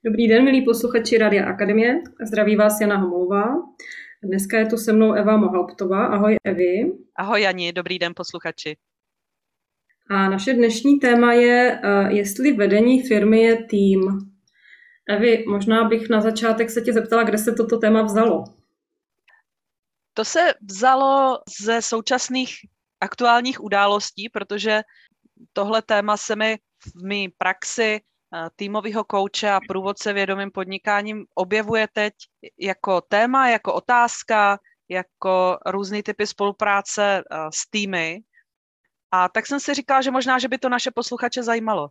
Dobrý den, milí posluchači Rádia Akademie. Zdraví vás Jana Homolová. Dneska je tu se mnou Eva Mohalptová. Ahoj, Evi. Ahoj Jani, dobrý den posluchači. A naše dnešní téma je, jestli vedení firmy je tým. Evi, možná bych na začátek se tě zeptala, kde se toto téma vzalo. To se vzalo ze současných aktuálních událostí, protože tohle téma se mi v mý praxi týmového kouče a průvodce vědomým podnikáním objevuje teď jako téma, jako otázka, jako různý typy spolupráce s týmy. A tak jsem si říkala, že možná, že by to naše posluchače zajímalo.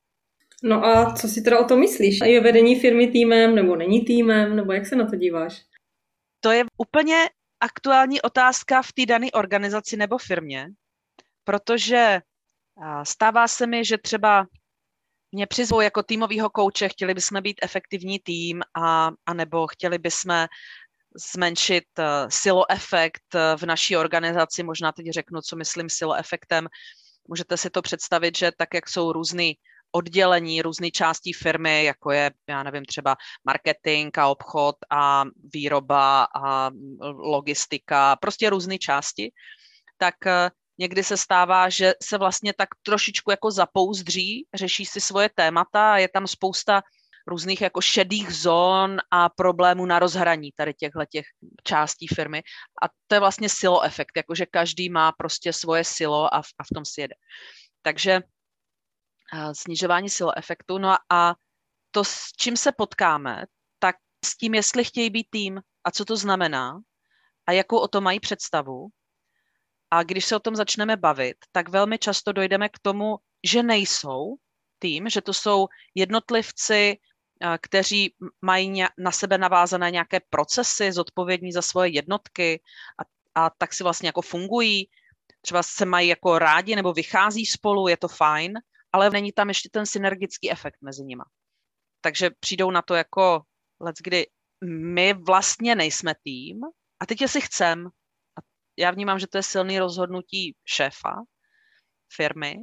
No a co si teda o tom myslíš? Je vedení firmy týmem, nebo není týmem, nebo jak se na to díváš? To je úplně aktuální otázka v té dané organizaci nebo firmě, protože stává se mi, že třeba mě přizvou jako týmovýho kouče, chtěli bychom být efektivní tým a nebo chtěli bychom zmenšit siloefekt v naší organizaci. Možná teď řeknu, co myslím siloefektem. Můžete si to představit, že tak, jak jsou různý oddělení, různé části firmy, jako je, já nevím, třeba marketing a obchod a výroba a logistika, prostě různé části, tak někdy se stává, že se vlastně tak trošičku jako zapouzdří, řeší si svoje témata a je tam spousta různých jako šedých zón a problémů na rozhraní tady těch částí firmy. A to je vlastně siloefekt, jakože každý má prostě svoje silo a v tom si jede. Takže snižování siloefektu. No a to, s čím se potkáme, tak s tím, jestli chtějí být tým a co to znamená a jakou o to mají představu. A když se o tom začneme bavit, tak velmi často dojdeme k tomu, že nejsou tým, že to jsou jednotlivci, kteří mají na sebe navázané nějaké procesy, zodpovědní za svoje jednotky a tak si vlastně jako fungují. Třeba se mají jako rádi nebo vychází spolu, je to fajn, ale není tam ještě ten synergický efekt mezi nima. Takže přijdou na to jako leckdy my vlastně nejsme tým a teď jestli chcem, a já vnímám, že to je silné rozhodnutí šéfa firmy,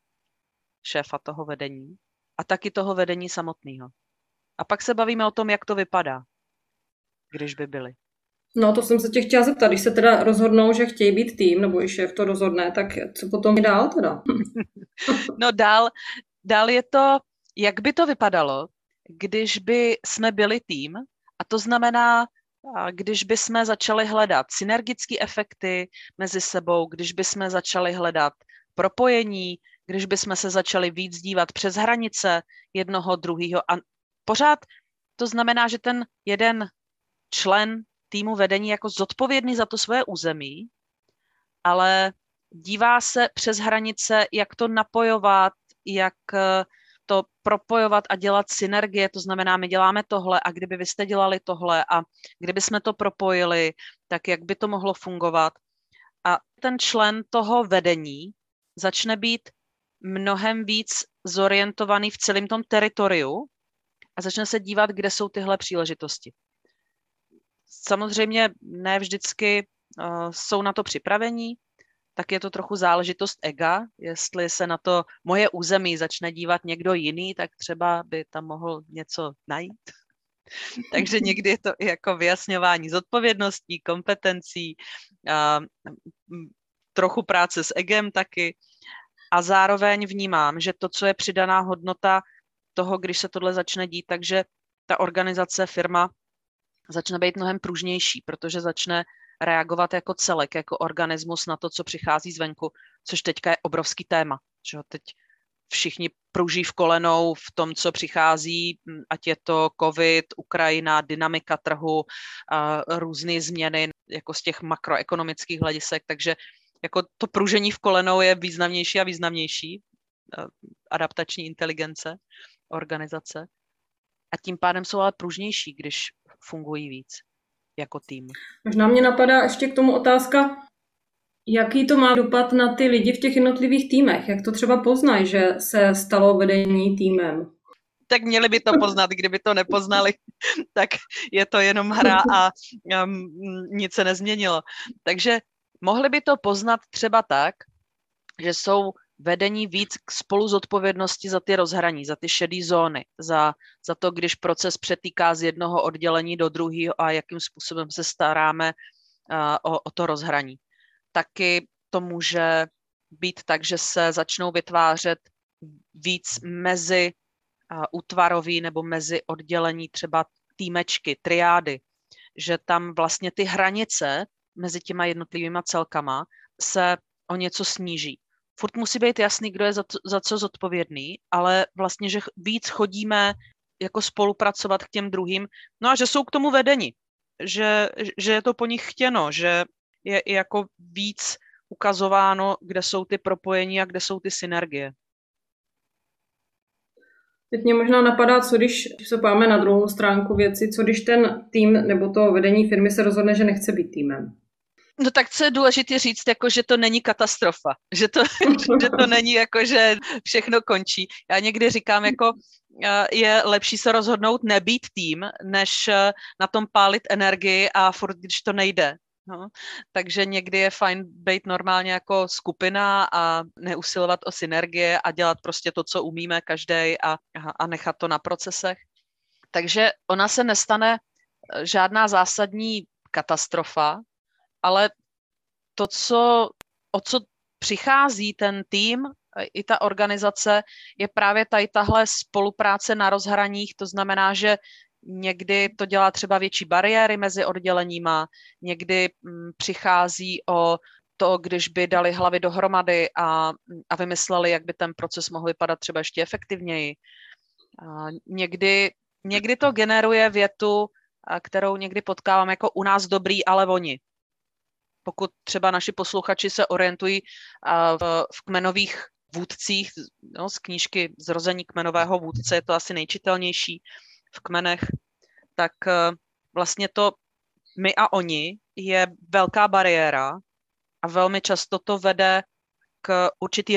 šéfa toho vedení a taky toho vedení samotného. A pak se bavíme o tom, jak to vypadá, když by byli. No, to jsem se tě chtěla zeptat, když se teda rozhodnou, že chtějí být tým, nebo i šéf to rozhodne, tak co potom dál teda? No dál je to, jak by to vypadalo, když by jsme byli tým, a to znamená, když by jsme začali hledat synergické efekty mezi sebou, když by jsme začali hledat propojení, když by jsme se začali víc dívat přes hranice jednoho, druhého. A pořád to znamená, že ten jeden člen týmu vedení jako zodpovědný za to svoje území, ale dívá se přes hranice, jak to napojovat, jak to propojovat a dělat synergie, to znamená, my děláme tohle a kdyby vy jste dělali tohle a kdyby jsme to propojili, tak jak by to mohlo fungovat. A ten člen toho vedení začne být mnohem víc zorientovaný v celém tom teritoriu a začne se dívat, kde jsou tyhle příležitosti. Samozřejmě ne vždycky jsou na to připravení, tak je to trochu záležitost ega, jestli se na to moje území začne dívat někdo jiný, tak třeba by tam mohl něco najít. Takže někdy je to i jako vyjasňování zodpovědností, kompetencí, trochu práce s egem taky. A zároveň vnímám, že to, co je přidaná hodnota toho, když se tohle začne dít, takže ta organizace, firma začne být mnohem pružnější, protože začne reagovat jako celek, jako organismus na to, co přichází zvenku, což teďka je obrovský téma. Že teď všichni pruží v kolenou v tom, co přichází, ať je to COVID, Ukrajina, dynamika trhu, různé změny jako z těch makroekonomických hledisek, takže jako to pružení v kolenou je významnější a významnější, adaptační inteligence organizace. A tím pádem jsou ale pružnější, když fungují víc jako tým. Možná mě napadá ještě k tomu otázka, jaký to má dopad na ty lidi v těch jednotlivých týmech? Jak to třeba poznají, že se stalo vedení týmem? Tak měli by to poznat, kdyby to nepoznali, tak je to jenom hra a nic se nezměnilo. Takže mohli by to poznat třeba tak, že jsou vedení víc k spolu zodpovědnosti za ty rozhraní, za ty šedé zóny, za to, když proces přetýká z jednoho oddělení do druhého a jakým způsobem se staráme o to rozhraní. Taky to může být tak, že se začnou vytvářet víc mezi útvarový nebo mezi oddělení třeba týmečky, triády, že tam vlastně ty hranice mezi těma jednotlivýma celkama se o něco sníží. Furt musí být jasný, kdo je za co zodpovědný, ale vlastně, že víc chodíme jako spolupracovat k těm druhým, no a že jsou k tomu vedeni, že je to po nich chtěno, že je jako víc ukazováno, kde jsou ty propojení a kde jsou ty synergie. Teď mě možná napadá, co když se páme na druhou stránku věci, co když ten tým nebo to vedení firmy se rozhodne, že nechce být týmem. No tak co je důležité říct, jako, že to není katastrofa, že to není jako, že všechno končí. Já někdy říkám, jako je lepší se rozhodnout nebýt tým, než na tom pálit energii a furt, když to nejde. No, takže někdy je fajn být normálně jako skupina a neusilovat o synergie a dělat prostě to, co umíme každý a nechat to na procesech. Takže ona se nestane žádná zásadní katastrofa, ale to, o co přichází ten tým i ta organizace, je právě tady tahle spolupráce na rozhraních, to znamená, že někdy to dělá třeba větší bariéry mezi odděleníma, někdy přichází o to, když by dali hlavy dohromady a vymysleli, jak by ten proces mohl vypadat třeba ještě efektivněji. Někdy to generuje větu, kterou někdy potkávám jako u nás dobrý, ale oni. Pokud třeba naši posluchači se orientují v kmenových vůdcích, no, z knížky Zrození kmenového vůdce, je to asi nejčitelnější v kmenech, tak vlastně to my a oni je velká bariéra a velmi často to vede k určitý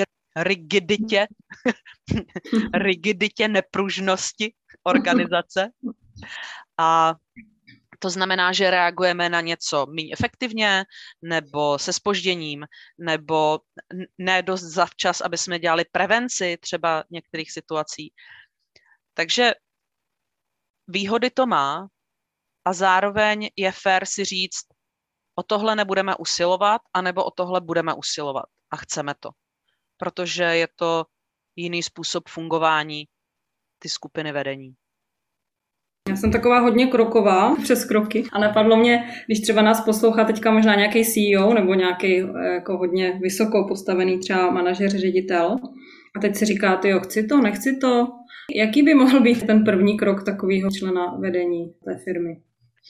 rigiditě nepružnosti organizace. A to znamená, že reagujeme na něco méně efektivně, nebo se zpožděním, nebo ne dost zavčas, aby jsme dělali prevenci třeba některých situací. Takže výhody to má a zároveň je fér si říct, o tohle nebudeme usilovat, anebo o tohle budeme usilovat a chceme to. Protože je to jiný způsob fungování ty skupiny vedení. Já jsem taková hodně kroková přes kroky a napadlo mě, když třeba nás poslouchá teďka možná nějaký CEO nebo nějaký jako hodně vysoko postavený třeba manažer, ředitel a teď si říká, jo, chci to, nechci to. Jaký by mohl být ten první krok takového člena vedení té firmy?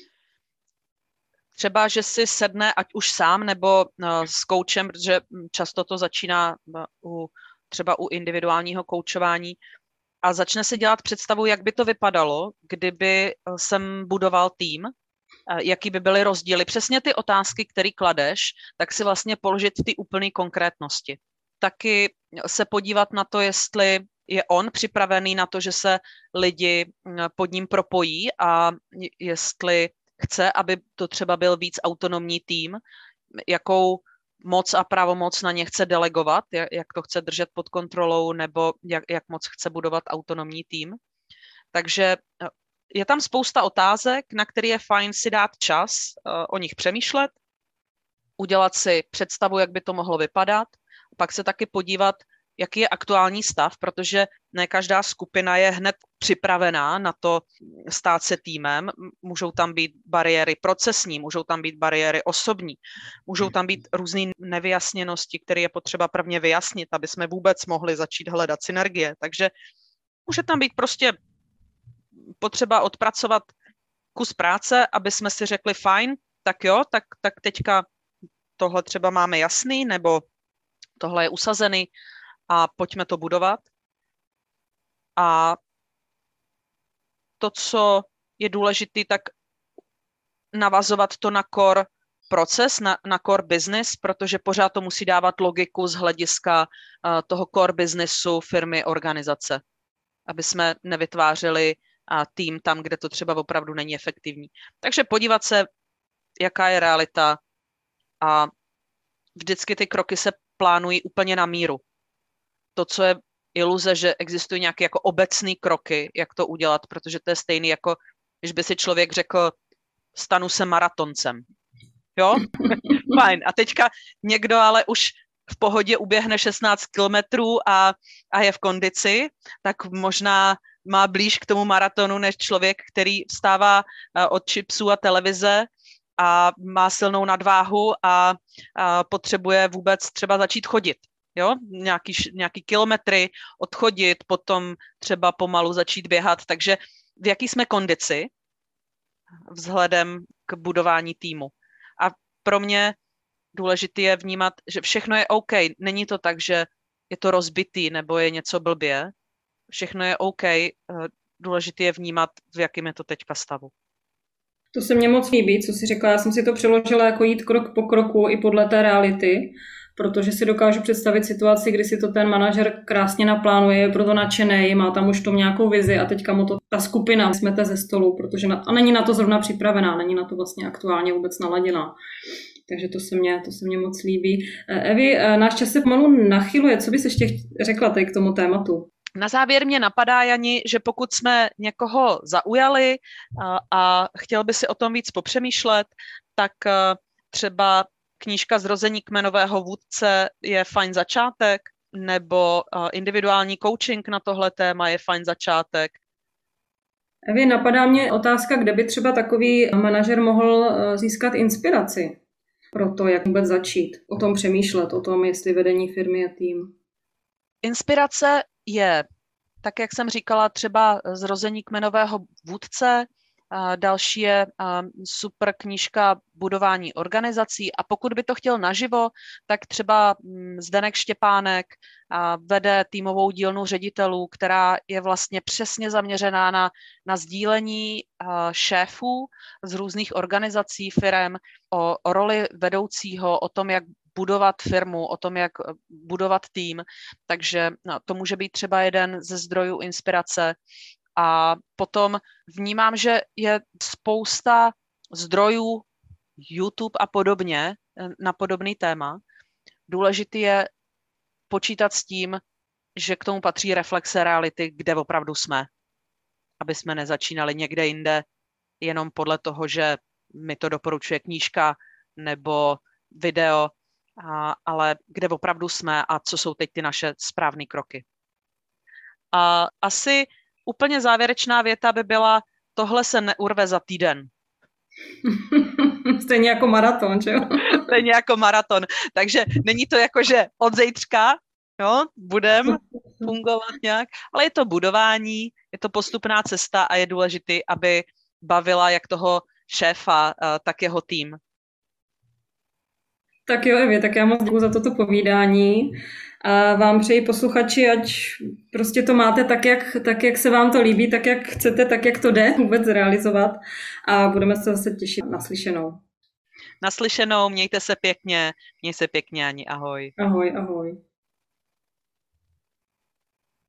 Třeba, že si sedne, ať už sám nebo s koučem, protože často to začíná třeba u individuálního koučování, a začne si dělat představu, jak by to vypadalo, kdyby jsem budoval tým, jaký by byly rozdíly. Přesně ty otázky, které kladeš, tak si vlastně položit v té úplné konkrétnosti. Taky se podívat na to, jestli je on připravený na to, že se lidi pod ním propojí a jestli chce, aby to třeba byl víc autonomní tým, jakou moc a pravomoc na ně chce delegovat, jak to chce držet pod kontrolou, nebo jak moc chce budovat autonomní tým. Takže je tam spousta otázek, na které je fajn si dát čas, o nich přemýšlet, udělat si představu, jak by to mohlo vypadat, pak se taky podívat, jaký je aktuální stav, protože ne každá skupina je hned připravená na to stát se týmem. Můžou tam být bariéry procesní, můžou tam být bariéry osobní, můžou tam být různé nevyjasněnosti, které je potřeba prvně vyjasnit, aby jsme vůbec mohli začít hledat synergie. Takže může tam být prostě potřeba odpracovat kus práce, aby jsme si řekli fajn, tak jo, tak teďka tohle třeba máme jasný, nebo tohle je usazený, a pojďme to budovat. A to, co je důležité, tak navazovat to na core proces, na core business, protože pořád to musí dávat logiku z hlediska toho core businessu firmy, organizace, aby jsme nevytvářeli tým tam, kde to třeba opravdu není efektivní. Takže podívat se, jaká je realita, a vždycky ty kroky se plánují úplně na míru. to, co je iluze, že existují nějaké jako obecné kroky, jak to udělat, protože to je stejný jako, když by si člověk řekl, stanu se maratoncem. Jo? Fajn. A teďka někdo ale už v pohodě uběhne 16 kilometrů a je v kondici, tak možná má blíž k tomu maratonu než člověk, který vstává od chipsů a televize a má silnou nadváhu a potřebuje vůbec třeba začít chodit. Jo? Nějaký kilometry odchodit, potom třeba pomalu začít běhat. Takže v jaký jsme kondici vzhledem k budování týmu. A pro mě důležité je vnímat, že všechno je OK. Není to tak, že je to rozbitý nebo je něco blbě. Všechno je OK. Důležité je vnímat, v jakém je to teďka stavu. To se mně moc líbí, co jsi řekla. Já jsem si to přeložila jako jít krok po kroku i podle té reality, protože si dokážu představit situaci, kdy si to ten manažer krásně naplánuje, je proto nadšenej, má tam už tom nějakou vizi a teďka mu to ta skupina smete ze stolu, protože a není na to zrovna připravená, není na to vlastně aktuálně vůbec naladěná. Takže to se mně moc líbí. Evi, náš čas se pomalu nachyluje. Co bys ještě řekla tady k tomu tématu? Na závěr mě napadá, Jani, že pokud jsme někoho zaujali a chtěl by si o tom víc popřemýšlet, tak třeba knížka Zrození kmenového vůdce je fajn začátek, nebo individuální coaching na tohle téma je fajn začátek. Evi, napadá mě otázka, kde by třeba takový manažer mohl získat inspiraci pro to, jak vůbec začít. O tom přemýšlet, o tom, jestli vedení firmy je tým. Inspirace je, tak jak jsem říkala, třeba Zrození kmenového vůdce, další je super knížka Budování organizací a pokud by to chtěl naživo, tak třeba Zdeněk Štěpánek vede týmovou dílnu ředitelů, která je vlastně přesně zaměřená na sdílení šéfů z různých organizací, firem, o roli vedoucího, o tom, jak budovat firmu, o tom, jak budovat tým. Takže to může být třeba jeden ze zdrojů inspirace. A potom vnímám, že je spousta zdrojů YouTube a podobně na podobný téma. Důležitý je počítat s tím, že k tomu patří reflexe reality, kde opravdu jsme. Aby jsme nezačínali někde jinde jenom podle toho, že mi to doporučuje knížka nebo video, ale kde opravdu jsme a co jsou teď ty naše správné kroky. A asi úplně závěrečná věta by byla, tohle se neurve za týden. Stejně jako maraton, že jo? Stejně jako maraton. Takže není to jako, že od zítřka budeme fungovat nějak, ale je to budování, je to postupná cesta a je důležité, aby bavila jak toho šéfa, tak jeho tým. Tak jo, Evi, tak já moc děkuji za toto povídání. A vám přeji posluchači, ať prostě to máte tak, jak se vám to líbí, tak, jak chcete, tak, jak to jde vůbec zrealizovat. A budeme se zase těšit naslyšenou. Naslyšenou, mějte se pěkně, měj se pěkně, Ani, ahoj. Ahoj, ahoj.